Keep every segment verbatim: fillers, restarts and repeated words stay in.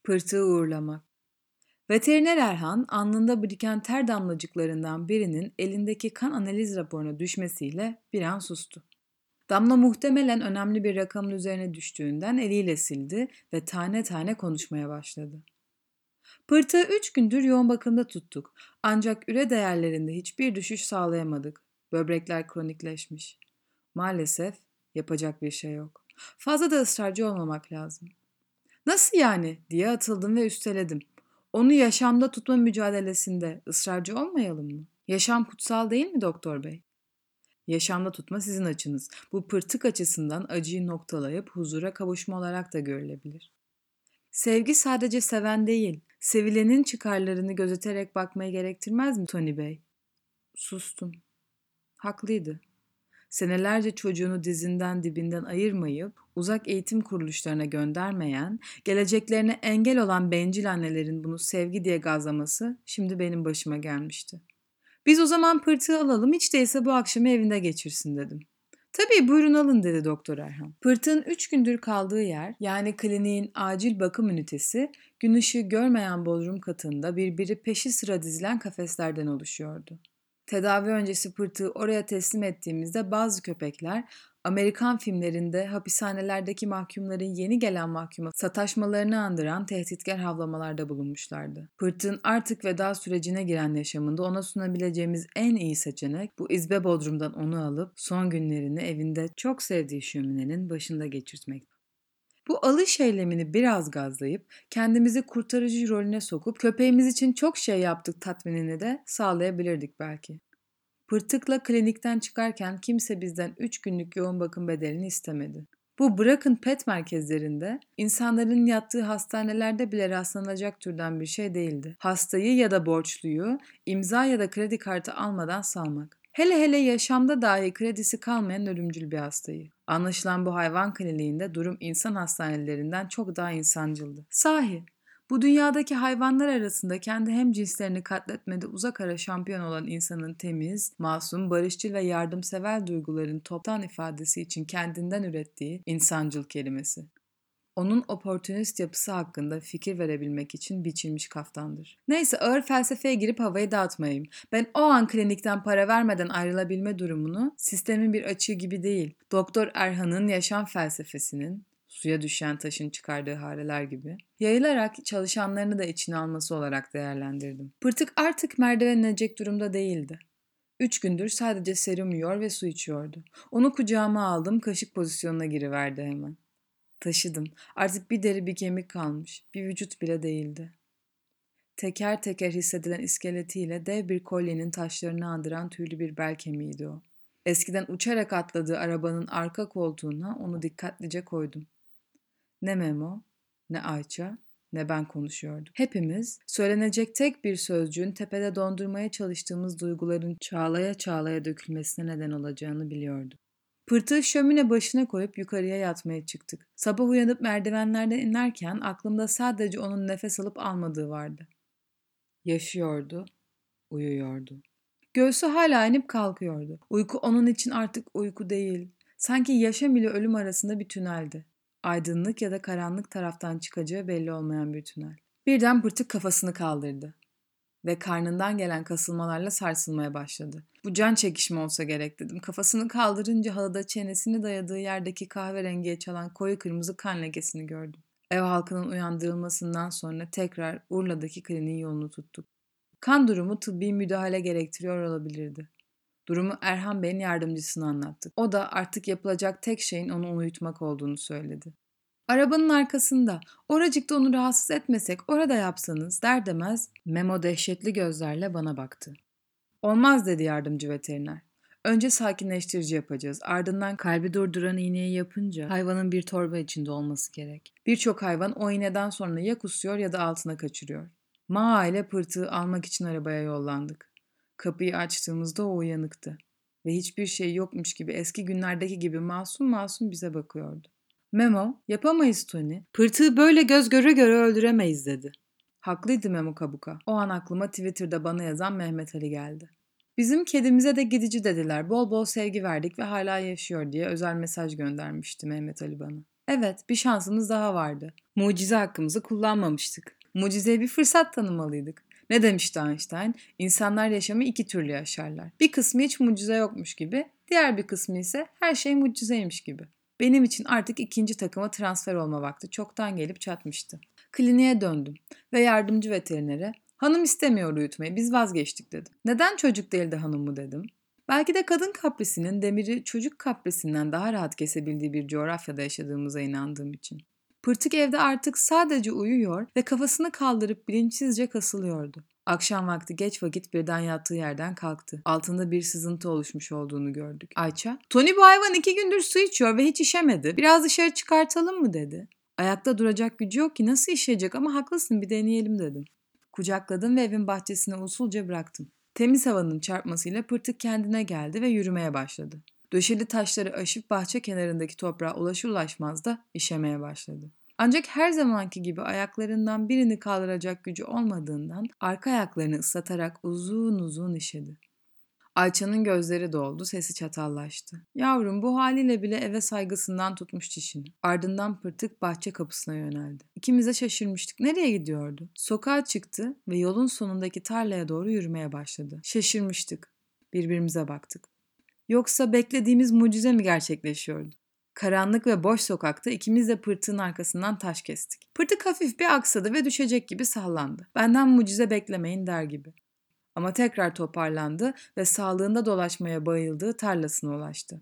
Pırtığı uğurlamak. Veteriner Erhan, alnında biriken ter damlacıklarından birinin elindeki kan analiz raporuna düşmesiyle bir an sustu. Damla muhtemelen önemli bir rakamın üzerine düştüğünden eliyle sildi ve tane tane konuşmaya başladı. Pırtığı üç gündür yoğun bakımda tuttuk. Ancak üre değerlerinde hiçbir düşüş sağlayamadık. Böbrekler kronikleşmiş. Maalesef yapacak bir şey yok. Fazla da ısrarcı olmamak lazım. Nasıl yani diye atıldım ve üsteledim. Onu yaşamda tutma mücadelesinde ısrarcı olmayalım mı? Yaşam kutsal değil mi doktor bey? Yaşamda tutma sizin açınız. Bu pırtık açısından acıyı noktalayıp huzura kavuşma olarak da görülebilir. Sevgi sadece seven değil, sevilenin çıkarlarını gözeterek bakmayı gerektirmez mi Tony Bey? Sustum. Haklıydı. Senelerce çocuğunu dizinden dibinden ayırmayıp uzak eğitim kuruluşlarına göndermeyen, geleceklerine engel olan bencil annelerin bunu sevgi diye gazlaması şimdi benim başıma gelmişti. Biz o zaman pırtığı alalım, hiç değilse bu akşamı evinde geçirsin dedim. Tabii buyurun alın dedi Doktor Erhan. Pırtığın üç gündür kaldığı yer, yani kliniğin acil bakım ünitesi, gün ışığı görmeyen bodrum katında birbiri peşi sıra dizilen kafeslerden oluşuyordu. Tedavi öncesi pırtığı oraya teslim ettiğimizde bazı köpekler Amerikan filmlerinde hapishanelerdeki mahkumların yeni gelen mahkuma sataşmalarını andıran tehditkar havlamalarda bulunmuşlardı. Pırtığın artık veda sürecine giren yaşamında ona sunabileceğimiz en iyi seçenek bu izbe bodrumdan onu alıp son günlerini evinde çok sevdiği şöminenin başında geçirtmek. Bu alış eylemini biraz gazlayıp kendimizi kurtarıcı rolüne sokup köpeğimiz için çok şey yaptık tatminini de sağlayabilirdik belki. Pırtıkla klinikten çıkarken kimse bizden üç günlük yoğun bakım bedelini istemedi. Bu bırakın pet merkezlerinde, insanların yattığı hastanelerde bile rastlanacak türden bir şey değildi. Hastayı ya da borçluyu imza ya da kredi kartı almadan salmak. Hele hele yaşamda dahi kredisi kalmayan ölümcül bir hastayı. Anlaşılan bu hayvan kliniğinde durum insan hastanelerinden çok daha insancıldı. Sahi, bu dünyadaki hayvanlar arasında kendi hemcinslerini katletmede uzak ara şampiyon olan insanın temiz, masum, barışçıl ve yardımsever duyguların toptan ifadesi için kendinden ürettiği insancıl kelimesi. Onun oportunist yapısı hakkında fikir verebilmek için biçilmiş kaftandır. Neyse ağır felsefeye girip havayı dağıtmayayım. Ben o an klinikten para vermeden ayrılabilme durumunu sistemin bir açığı gibi değil, Doktor Erhan'ın yaşam felsefesinin, suya düşen taşın çıkardığı hareler gibi, yayılarak çalışanlarını da içine alması olarak değerlendirdim. Pırtık artık merdiven inecek durumda değildi. Üç gündür sadece serum yiyor ve su içiyordu. Onu kucağıma aldım, kaşık pozisyonuna giriverdi hemen. Taşıdım. Artık bir deri bir kemik kalmış. Bir vücut bile değildi. Teker teker hissedilen iskeletiyle dev bir kolyenin taşlarını andıran tüylü bir bel kemiğiydi o. Eskiden uçarak atladığı arabanın arka koltuğuna onu dikkatlice koydum. Ne Memo, ne Ayça, ne ben konuşuyorduk. Hepimiz söylenecek tek bir sözcüğün tepede dondurmaya çalıştığımız duyguların çağlaya çağlaya dökülmesine neden olacağını biliyorduk. Pırtığı şömine başına koyup yukarıya yatmaya çıktık. Sabah uyanıp merdivenlerden inerken aklımda sadece onun nefes alıp almadığı vardı. Yaşıyordu, uyuyordu. Göğsü hala inip kalkıyordu. Uyku onun için artık uyku değil. Sanki yaşam ile ölüm arasında bir tüneldi. Aydınlık ya da karanlık taraftan çıkacağı belli olmayan bir tünel. Birden pırtık kafasını kaldırdı ve karnından gelen kasılmalarla sarsılmaya başladı. Bu can çekişme olsa gerek dedim. Kafasını kaldırınca halıda çenesini dayadığı yerdeki kahverengiye çalan koyu kırmızı kan lekesini gördüm. Ev halkının uyandırılmasından sonra tekrar Urla'daki kliniğin yolunu tuttuk. Kan durumu tıbbi müdahale gerektiriyor olabilirdi. Durumu Erhan Bey'in yardımcısına anlattık. O da artık yapılacak tek şeyin onu uyutmak olduğunu söyledi. Arabanın arkasında, oracıkta onu rahatsız etmesek orada yapsanız der demez Memo dehşetli gözlerle bana baktı. Olmaz dedi yardımcı veteriner. Önce sakinleştirici yapacağız. Ardından kalbi durduran iğneyi yapınca hayvanın bir torba içinde olması gerek. Birçok hayvan o iğneden sonra ya kusuyor ya da altına kaçırıyor. Ma ile pırtığı almak için arabaya yollandık. Kapıyı açtığımızda o uyanıktı. Ve hiçbir şey yokmuş gibi eski günlerdeki gibi masum masum bize bakıyordu. Memo, yapamayız Tony. Pırtığı böyle göz göre göre öldüremeyiz dedi. Haklıydı Memo Kabuka. O an aklıma Twitter'da bana yazan Mehmet Ali geldi. Bizim kedimize de gidici dediler. Bol bol sevgi verdik ve hala yaşıyor diye özel mesaj göndermişti Mehmet Ali bana. Evet, bir şansımız daha vardı. Mucize hakkımızı kullanmamıştık. Mucizeye bir fırsat tanımalıydık. Ne demişti Einstein? İnsanlar yaşamı iki türlü yaşarlar. Bir kısmı hiç mucize yokmuş gibi, diğer bir kısmı ise her şey mucizeymiş gibi. Benim için artık ikinci takıma transfer olma vakti çoktan gelip çatmıştı. Kliniğe döndüm ve yardımcı veterinere "Hanım istemiyor uyutmayı, biz vazgeçtik" dedim. "Neden çocuk değil de hanım mı?" dedim. Belki de kadın kaprisinin demiri çocuk kaprisinden daha rahat kesebildiği bir coğrafyada yaşadığımıza inandığım için. Pırtık evde artık sadece uyuyor ve kafasını kaldırıp bilinçsizce kasılıyordu. Akşam vakti geç vakit birden yattığı yerden kalktı. Altında bir sızıntı oluşmuş olduğunu gördük. Ayça, "Tony bu hayvan iki gündür su içiyor ve hiç işemedi. Biraz dışarı çıkartalım mı?" dedi. "Ayakta duracak gücü yok ki, nasıl işeyecek, ama haklısın, bir deneyelim" dedim. Kucakladım ve evin bahçesine usulca bıraktım. Temiz havanın çarpmasıyla Pırtık kendine geldi ve yürümeye başladı. Döşeli taşları aşıp bahçe kenarındaki toprağa ulaşır ulaşmaz da işemeye başladı. Ancak her zamanki gibi ayaklarından birini kaldıracak gücü olmadığından arka ayaklarını ıslatarak uzun uzun işedi. Ayça'nın gözleri doldu, sesi çatallaştı. Yavrum bu haliyle bile eve saygısından tutmuş dişini. Ardından Pırtık bahçe kapısına yöneldi. İkimiz de şaşırmıştık. Nereye gidiyordu? Sokağa çıktı ve yolun sonundaki tarlaya doğru yürümeye başladı. Şaşırmıştık. Birbirimize baktık. Yoksa beklediğimiz mucize mi gerçekleşiyordu? Karanlık ve boş sokakta ikimiz de Pırtık'ın arkasından taş kestik. Pırtık hafif bir aksadı ve düşecek gibi sallandı. Benden mucize beklemeyin der gibi. Ama tekrar toparlandı ve sağlığında dolaşmaya bayıldığı tarlasına ulaştı.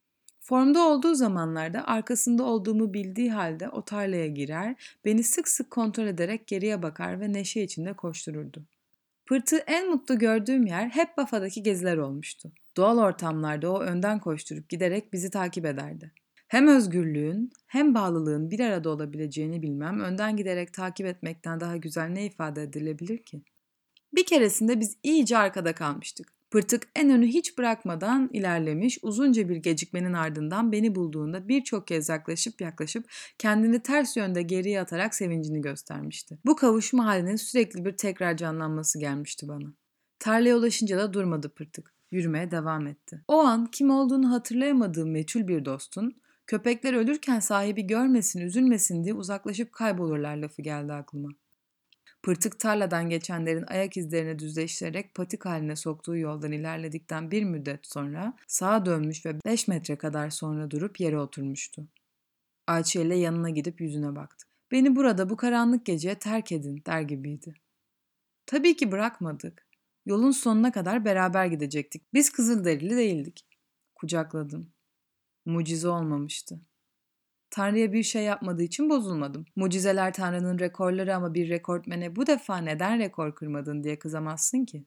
Formda olduğu zamanlarda arkasında olduğumu bildiği halde o tarlaya girer, beni sık sık kontrol ederek geriye bakar ve neşe içinde koştururdu. Pırtığı en mutlu gördüğüm yer hep Bafa'daki geziler olmuştu. Doğal ortamlarda o önden koşturup giderek bizi takip ederdi. Hem özgürlüğün hem bağlılığın bir arada olabileceğini bilmem, önden giderek takip etmekten daha güzel ne ifade edilebilir ki? Bir keresinde biz iyice arkada kalmıştık. Pırtık en önü hiç bırakmadan ilerlemiş, uzunca bir gecikmenin ardından beni bulduğunda birçok kez yaklaşıp yaklaşıp kendini ters yönde geriye atarak sevincini göstermişti. Bu kavuşma halinin sürekli bir tekrar canlanması gelmişti bana. Tarlaya ulaşınca da durmadı Pırtık. Yürümeye devam etti. O an kim olduğunu hatırlayamadığım meçhul bir dostun, "Köpekler ölürken sahibi görmesin, üzülmesin" diye uzaklaşıp kaybolurlar lafı geldi aklıma. Pırtık tarladan geçenlerin ayak izlerini düzleştirerek patik haline soktuğu yoldan ilerledikten bir müddet sonra sağa dönmüş ve beş metre kadar sonra durup yere oturmuştu. Ayça ile yanına gidip yüzüne baktı. "Beni burada bu karanlık geceye terk edin" der gibiydi. Tabii ki bırakmadık. Yolun sonuna kadar beraber gidecektik. Biz Kızılderili değildik. Kucakladım. Mucize olmamıştı. Tanrı'ya bir şey yapmadığı için bozulmadım. Mucizeler Tanrı'nın rekorları ama bir rekortmene "bu defa neden rekor kırmadın" diye kızamazsın ki.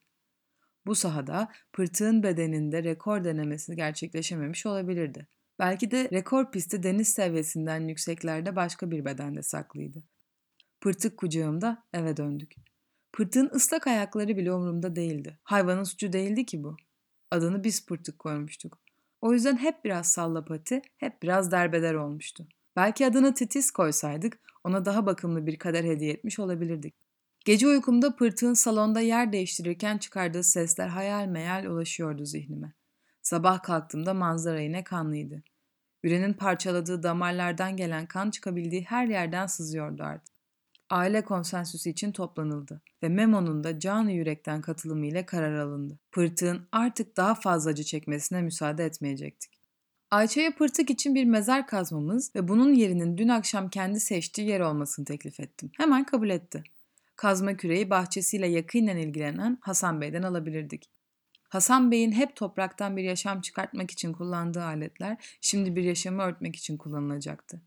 Bu sahada Pırtık'ın bedeninde rekor denemesi gerçekleşememiş olabilirdi. Belki de rekor pisti deniz seviyesinden yükseklerde başka bir bedende saklıydı. Pırtık kucağımda, eve döndük. Pırtık'ın ıslak ayakları bile umurumda değildi. Hayvanın suçu değildi ki bu. Adını biz Pırtık koymuştuk. O yüzden hep biraz sallapati, hep biraz derbeder olmuştu. Belki adını Titiz koysaydık ona daha bakımlı bir kader hediye etmiş olabilirdik. Gece uykumda Pırtık'ın salonda yer değiştirirken çıkardığı sesler hayal meyal ulaşıyordu zihnime. Sabah kalktığımda manzara yine kanlıydı. Ürenin parçaladığı damarlardan gelen kan çıkabildiği her yerden sızıyordu artık. Aile konsensüsü için toplanıldı ve Memo'nun da canı yürekten katılımıyla karar alındı. Pırtık'ın artık daha fazla acı çekmesine müsaade etmeyecektik. Ayça'ya Pırtık için bir mezar kazmamız ve bunun yerinin dün akşam kendi seçtiği yer olmasını teklif ettim. Hemen kabul etti. Kazma küreği bahçesiyle yakinen ilgilenen Hasan Bey'den alabilirdik. Hasan Bey'in hep topraktan bir yaşam çıkartmak için kullandığı aletler şimdi bir yaşamı örtmek için kullanılacaktı.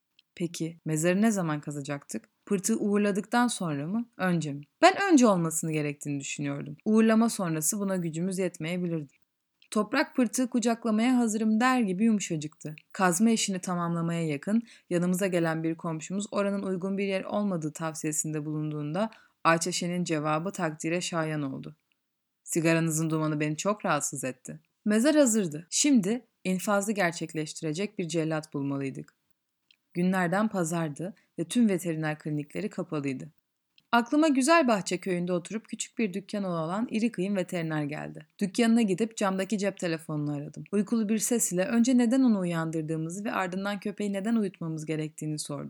Peki mezarı ne zaman kazacaktık? Pırtığı uğurladıktan sonra mı? Önce mi? Ben önce olmasını gerektiğini düşünüyordum. Uğurlama sonrası buna gücümüz yetmeyebilirdi. Toprak Pırtığı kucaklamaya hazırım der gibi yumuşacıktı. Kazma işini tamamlamaya yakın yanımıza gelen bir komşumuz oranın uygun bir yer olmadığı tavsiyesinde bulunduğunda Ayça Şen'in cevabı takdire şayan oldu. "Sigaranızın dumanı beni çok rahatsız etti." Mezar hazırdı. Şimdi infazı gerçekleştirecek bir cellat bulmalıydık. Günlerden pazardı ve tüm veteriner klinikleri kapalıydı. Aklıma Güzelbahçe köyünde oturup küçük bir dükkanı olan iri kıyım veteriner geldi. Dükkanına gidip camdaki cep telefonunu aradım. Uykulu bir ses ile önce neden onu uyandırdığımızı ve ardından köpeği neden uyutmamız gerektiğini sordu.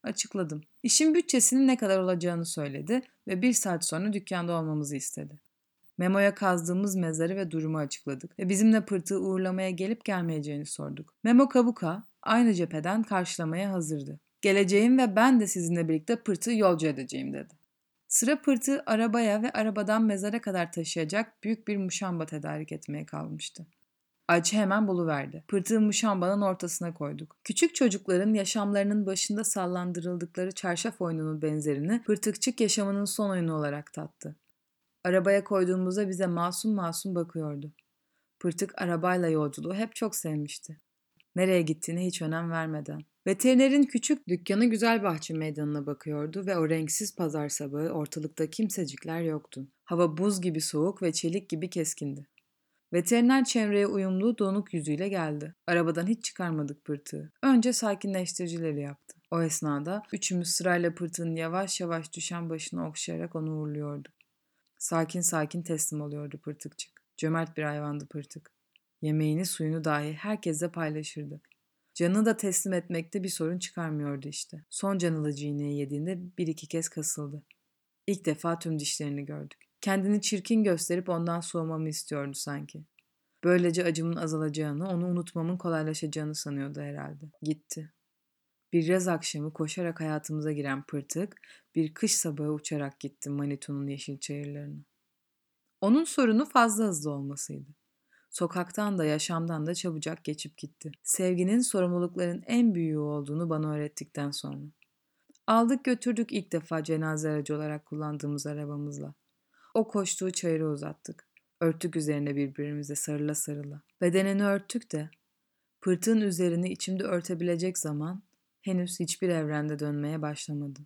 Açıkladım. İşin bütçesinin ne kadar olacağını söyledi ve bir saat sonra dükkanda olmamızı istedi. Memo'ya kazdığımız mezarı ve durumu açıkladık ve bizimle Pırtık'ı uğurlamaya gelip gelmeyeceğini sorduk. Memo Kabuka aynı cepheden karşılamaya hazırdı. Geleceğim ve ben de sizinle birlikte Pırtık'ı yolcu edeceğim dedi. Sıra Pırtık'ı arabaya ve arabadan mezara kadar taşıyacak büyük bir muşamba tedarik etmeye kalmıştı. Ayça hemen buluverdi. Pırtığı muşambanın ortasına koyduk. Küçük çocukların yaşamlarının başında sallandırıldıkları çarşaf oyununun benzerini Pırtıkçık yaşamının son oyunu olarak tattı. Arabaya koyduğumuzda bize masum masum bakıyordu. Pırtık arabayla yolculuğu hep çok sevmişti. Nereye gittiğine hiç önem vermeden. Veterinerin küçük dükkanı Güzelbahçe Meydanı'na bakıyordu ve o renksiz pazar sabahı ortalıkta kimsecikler yoktu. Hava buz gibi soğuk ve çelik gibi keskindi. Veteriner çevreye uyumlu, donuk yüzüyle geldi. Arabadan hiç çıkarmadık Pırtığı. Önce sakinleştiricileri yaptı. O esnada üçümüz sırayla Pırtığın yavaş yavaş düşen başını okşayarak onu uğurluyorduk. Sakin sakin teslim oluyordu Pırtıkçık. Cömert bir hayvandı Pırtık. Yemeğini, suyunu dahi herkesle paylaşırdı. Canını da teslim etmekte bir sorun çıkarmıyordu işte. Son can alıcı iğneyi yediğinde bir iki kez kasıldı. İlk defa tüm dişlerini gördük. Kendini çirkin gösterip ondan soğumamı istiyordu sanki. Böylece acımın azalacağını, onu unutmamın kolaylaşacağını sanıyordu herhalde. Gitti. Bir yaz akşamı koşarak hayatımıza giren Pırtık, bir kış sabahı uçarak gitti Manito'nun yeşil çayırlarına. Onun sorunu fazla hızlı olmasıydı. Sokaktan da yaşamdan da çabucak geçip gitti. Sevginin sorumlulukların en büyüğü olduğunu bana öğrettikten sonra. Aldık götürdük ilk defa cenaze aracı olarak kullandığımız arabamızla. O koştuğu çayırı uzattık. Örttük üzerine birbirimize sarıla sarıla. Bedenini örttük de Pırtığın üzerini içimde örtebilecek zaman henüz hiçbir evrende dönmeye başlamadı.